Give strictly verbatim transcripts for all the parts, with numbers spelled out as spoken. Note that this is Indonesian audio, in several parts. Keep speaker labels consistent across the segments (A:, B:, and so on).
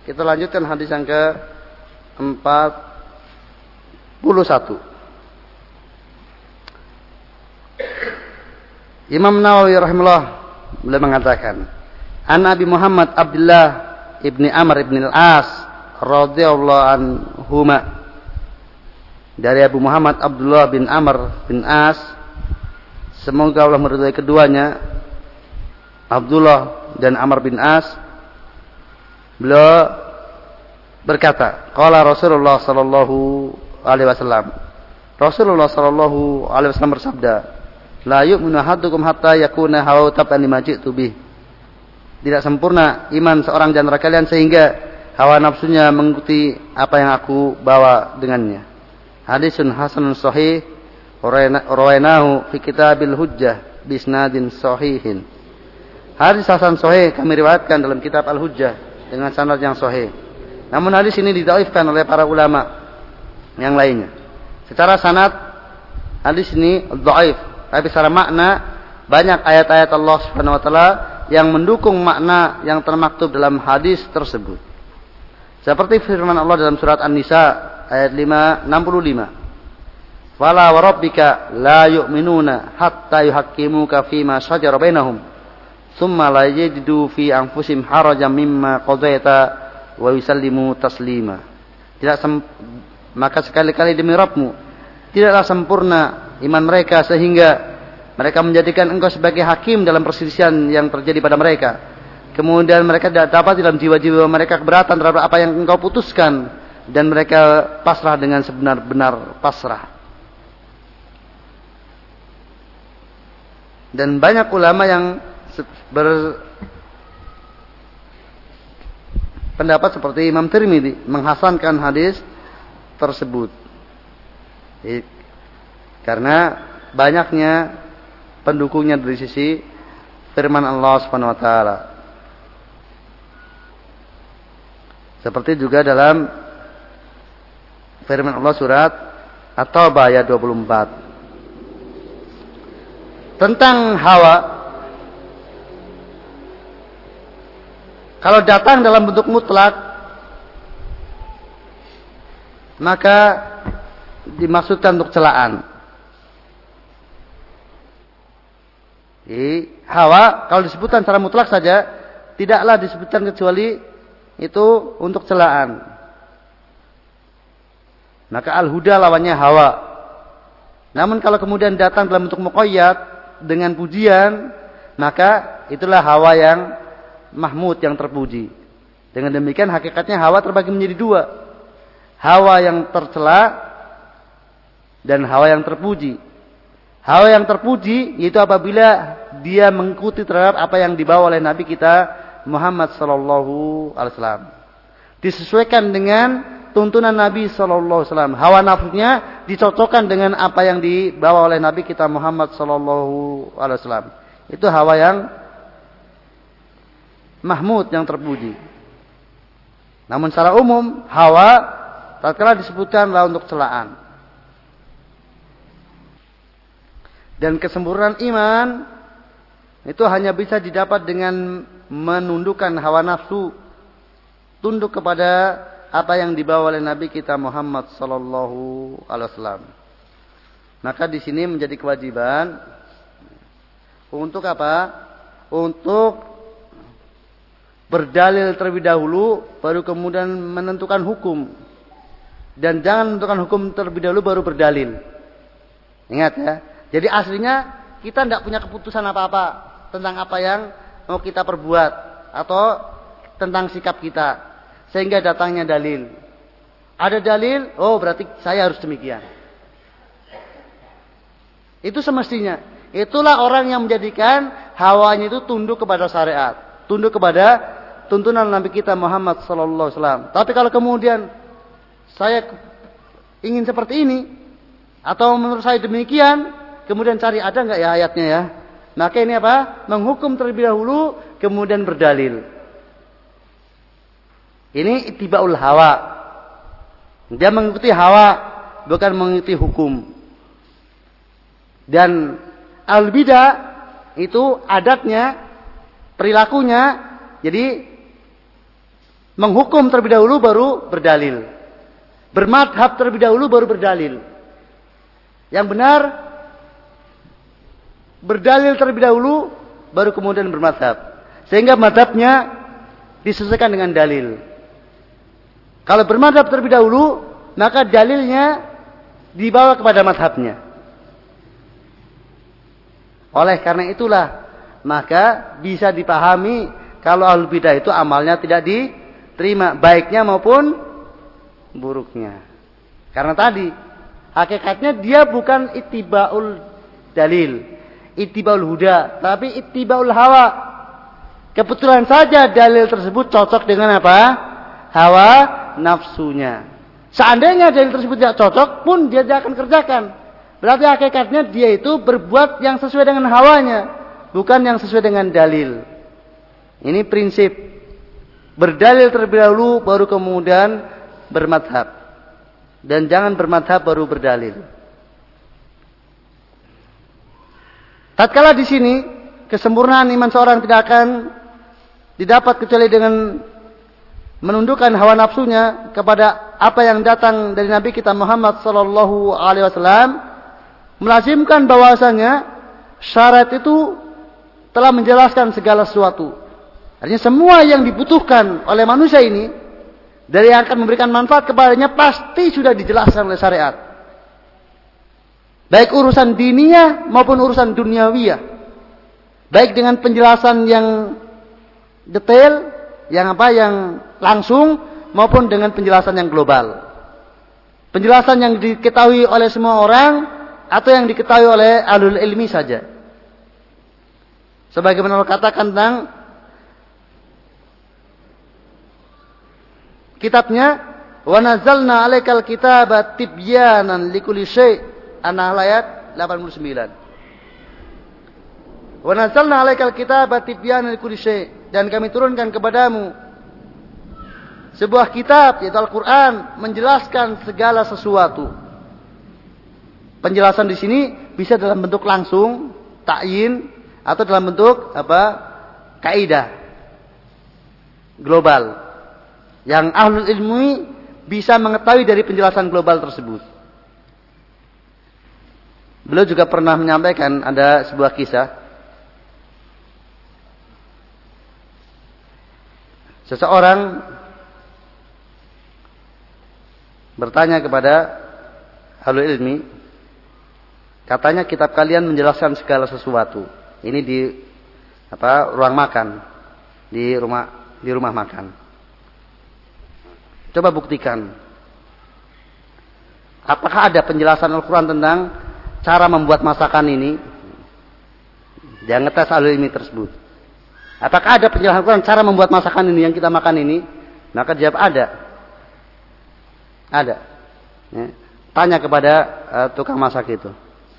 A: Kita lanjutkan hadis yang ke empat puluh satu. Imam Nawawi rahimahullah beliau mengatakan, An Abi Muhammad Abdullah ibni Amr ibn al-As radhiyallahu anhuma, dari Abu Muhammad Abdullah bin Amr bin As, semoga Allah meridhai keduanya, Abdullah dan Amr bin As, beliau berkata, qala Rasulullah sallallahu alaihi wasallam, Rasulullah sallallahu alaihi wasallam bersabda, la yu'minu ahadukum hatta yakuna hawa taban lima ji'tu bih. Tidak sempurna iman seorang di antara kalian sehingga hawa nafsunya mengikuti apa yang aku bawa dengannya. Hadisun hasanun sahih rawainahu fi kitabil hujjah bisnadin sahihin. Hadis hasan sahih kami riwayatkan dalam kitab Al-Hujjah dengan sanad yang sahih. Namun hadis ini didhaifkan oleh para ulama yang lainnya. Secara sanad hadis ini dhaif, tapi secara makna banyak ayat-ayat Allah Subhanahu wa taala yang mendukung makna yang termaktub dalam hadis tersebut. Seperti firman Allah dalam surat An-Nisa ayat lima, enam puluh lima. Fala wa rabbika la yu'minuna hatta yuhaqqimuka fima shajara bainahum tsumma la yajidu fi anfusihim harajan mimma qadaita wa yusallimu taslima. Tidak sem- maka sekali-kali demi Rabbmu tidaklah sempurna iman mereka sehingga mereka menjadikan engkau sebagai hakim dalam perselisihan yang terjadi pada mereka. Kemudian mereka tidak dapat dalam jiwa-jiwa mereka keberatan terhadap apa yang engkau putuskan, dan mereka pasrah dengan sebenar-benar pasrah. Dan banyak ulama yang berpendapat seperti Imam Tirmidzi menghasankan hadis tersebut. Karena banyaknya pendukungnya dari sisi firman Allah Subhanahu wa taala. Seperti juga dalam firman Allah surat At-Taubah ayat dua puluh empat. Tentang hawa, kalau datang dalam bentuk mutlak, maka dimaksudkan untuk celaan. Jadi, hawa kalau disebutkan secara mutlak saja, tidaklah disebutkan kecuali itu untuk celaan. Maka al-huda lawannya hawa. Namun kalau kemudian datang dalam bentuk muqayyad dengan pujian, maka itulah hawa yang mahmud, yang terpuji. Dengan demikian hakikatnya hawa terbagi menjadi dua. Hawa yang tercela dan hawa yang terpuji. Hawa yang terpuji yaitu apabila dia mengikuti terhadap apa yang dibawa oleh Nabi kita Muhammad sallallahu alaihi wasallam. Disesuaikan dengan tuntunan Nabi sallallahu alaihi wasallam. Hawa nafsunya dicocokkan dengan apa yang dibawa oleh Nabi kita Muhammad sallallahu alaihi wasallam. Itu hawa yang mahmud, yang terpuji. Namun secara umum hawa tatkala disebutkanlah untuk celaan. Dan kesempurnaan iman itu hanya bisa didapat dengan menundukkan hawa nafsu, tunduk kepada apa yang dibawa oleh Nabi kita Muhammad sallallahu alaihi wasallam. Maka di sini menjadi kewajiban untuk apa? Untuk berdalil terlebih dahulu, baru kemudian menentukan hukum. Dan jangan menentukan hukum terlebih dahulu baru berdalil. Ingat ya. Jadi aslinya kita tidak punya keputusan apa-apa tentang apa yang mau kita perbuat atau tentang sikap kita, sehingga datangnya dalil. Ada dalil, oh berarti saya harus demikian. Itu semestinya. Itulah orang yang menjadikan hawanya itu tunduk kepada syariat, tunduk kepada tuntunan Nabi kita Muhammad sallallahu alaihi wasallam. Tapi kalau kemudian saya ingin seperti ini atau menurut saya demikian, kemudian cari ada enggak ya ayatnya ya? Maka ini apa? Menghukum terlebih dahulu, kemudian berdalil. Ini ittibaul hawa. Dia mengikuti hawa, bukan mengikuti hukum. Dan al-bidah itu adatnya, perilakunya, jadi menghukum terlebih dahulu baru berdalil. Bermadhab terlebih dahulu baru berdalil. Yang benar berdalil terlebih dahulu baru kemudian bermadhab. Sehingga madhabnya disesuaikan dengan dalil. Kalau bermadhab terlebih dahulu, maka dalilnya dibawa kepada madhabnya. Oleh karena itulah, maka bisa dipahami kalau ahlul bidah itu amalnya tidak diterima, baiknya maupun buruknya. Karena tadi, hakikatnya dia bukan ittibaul dalil, ittibaul huda, tapi ittibaul hawa. Kebetulan saja dalil tersebut cocok dengan apa? Hawa nafsunya. Seandainya dalil tersebut tidak cocok pun dia tidak akan kerjakan. Berarti hakikatnya dia itu berbuat yang sesuai dengan hawanya, bukan yang sesuai dengan dalil. Ini prinsip. Berdalil terlebih dahulu baru kemudian bermadhab. Dan jangan bermadhab baru berdalil. Tatkala di sini kesempurnaan iman seorang tidak akan didapat kecuali dengan menundukkan hawa nafsunya kepada apa yang datang dari Nabi kita Muhammad sallallahu alaihi wasallam, melazimkan bahwasanya syarat itu telah menjelaskan segala sesuatu. Artinya semua yang dibutuhkan oleh manusia ini dari yang akan memberikan manfaat kepadanya pasti sudah dijelaskan oleh syariat. Baik urusan diniyah maupun urusan duniawiyah. Baik dengan penjelasan yang detail, yang apa yang langsung maupun dengan penjelasan yang global. Penjelasan yang diketahui oleh semua orang atau yang diketahui oleh ahlul ilmi saja. Sebagaimana Allah katakan tentang kitabnya, wa nazzalna 'alaikal kitaba tibyanan likulli syai', An-Nahl ayat delapan puluh sembilan. Wa nazzalna 'alaikal kitaba tibyanan likulli syai', dan kami turunkan kepadamu sebuah kitab yaitu Al-Qur'an menjelaskan segala sesuatu. Penjelasan di sini bisa dalam bentuk langsung, ta'yin, atau dalam bentuk apa? Kaidah global. Yang ahlul ilmi bisa mengetahui dari penjelasan global tersebut. Beliau juga pernah menyampaikan ada sebuah kisah. Seseorang bertanya kepada ahlul ilmi, katanya kitab kalian menjelaskan segala sesuatu. Ini di apa ruang makan, di rumah di rumah makan. Coba buktikan. Apakah ada penjelasan Al-Quran tentang cara membuat masakan ini? Dia ngetes ahlul ilmi tersebut. Apakah ada penjelasan Al-Quran cara membuat masakan ini yang kita makan ini? Maka jawab ada. Ada. Ya. Tanya kepada uh, tukang masak itu.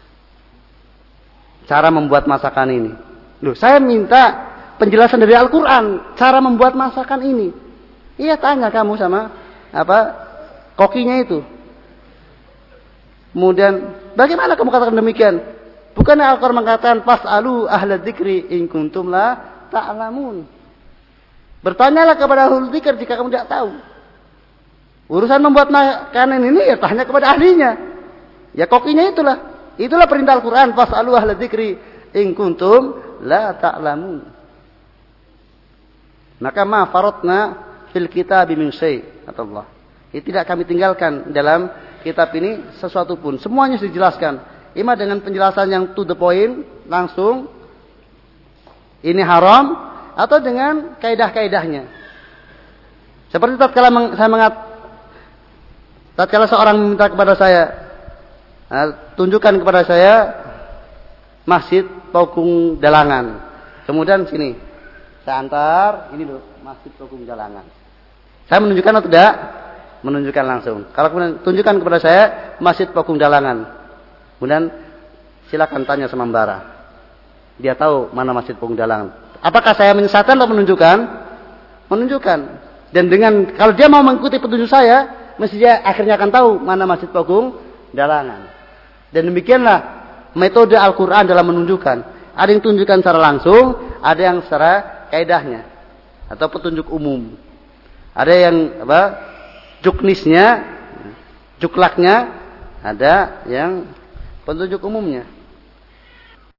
A: Cara membuat masakan ini. Loh, saya minta penjelasan dari Al-Quran cara membuat masakan ini. Iya, tanya kamu sama apa kokinya itu. Kemudian, bagaimana kamu katakan demikian? Bukannya Al-Quran mengatakan fas'alu ahla dzikri in kuntum la ta'lamun. Bertanyalah kepada ahli dzikir jika kamu tidak tahu. Urusan membuat makanan ini ya tanya kepada ahlinya. Ya kokinya itulah. Itulah perintah Al-Quran fas'alu ahla dzikri in kuntum la ta'lamun. Maka ma faratna fil kitab min syai', kata Allah. Ini tidak kami tinggalkan dalam kitab ini sesuatu pun. Semuanya sudah dijelaskan. Ima dengan penjelasan yang to the point, langsung. Ini haram. Atau dengan kaidah-kaidahnya. Seperti tatkala saya mengat, tatkala seorang meminta kepada saya, nah, tunjukkan kepada saya Masjid Pokung Dalangan. Kemudian sini, saya antar, ini loh, Masjid Pokung Dalangan. Saya menunjukkan atau tidak? Menunjukkan langsung. Kalau kemudian tunjukkan kepada saya Masjid Pokung Dalangan. Kemudian silakan tanya sama Mbara. Dia tahu mana Masjid Pokung Dalangan. Apakah saya menyesatkan atau menunjukkan? Menunjukkan. Dan dengan kalau dia mau mengikuti petunjuk saya, mesti dia akhirnya akan tahu mana Masjid Pokung Dalangan. Dan demikianlah metode Al-Quran dalam menunjukkan. Ada yang tunjukkan secara langsung, ada yang secara kaidahnya atau petunjuk umum. Ada yang apa? Juknisnya, juklaknya, ada yang petunjuk umumnya.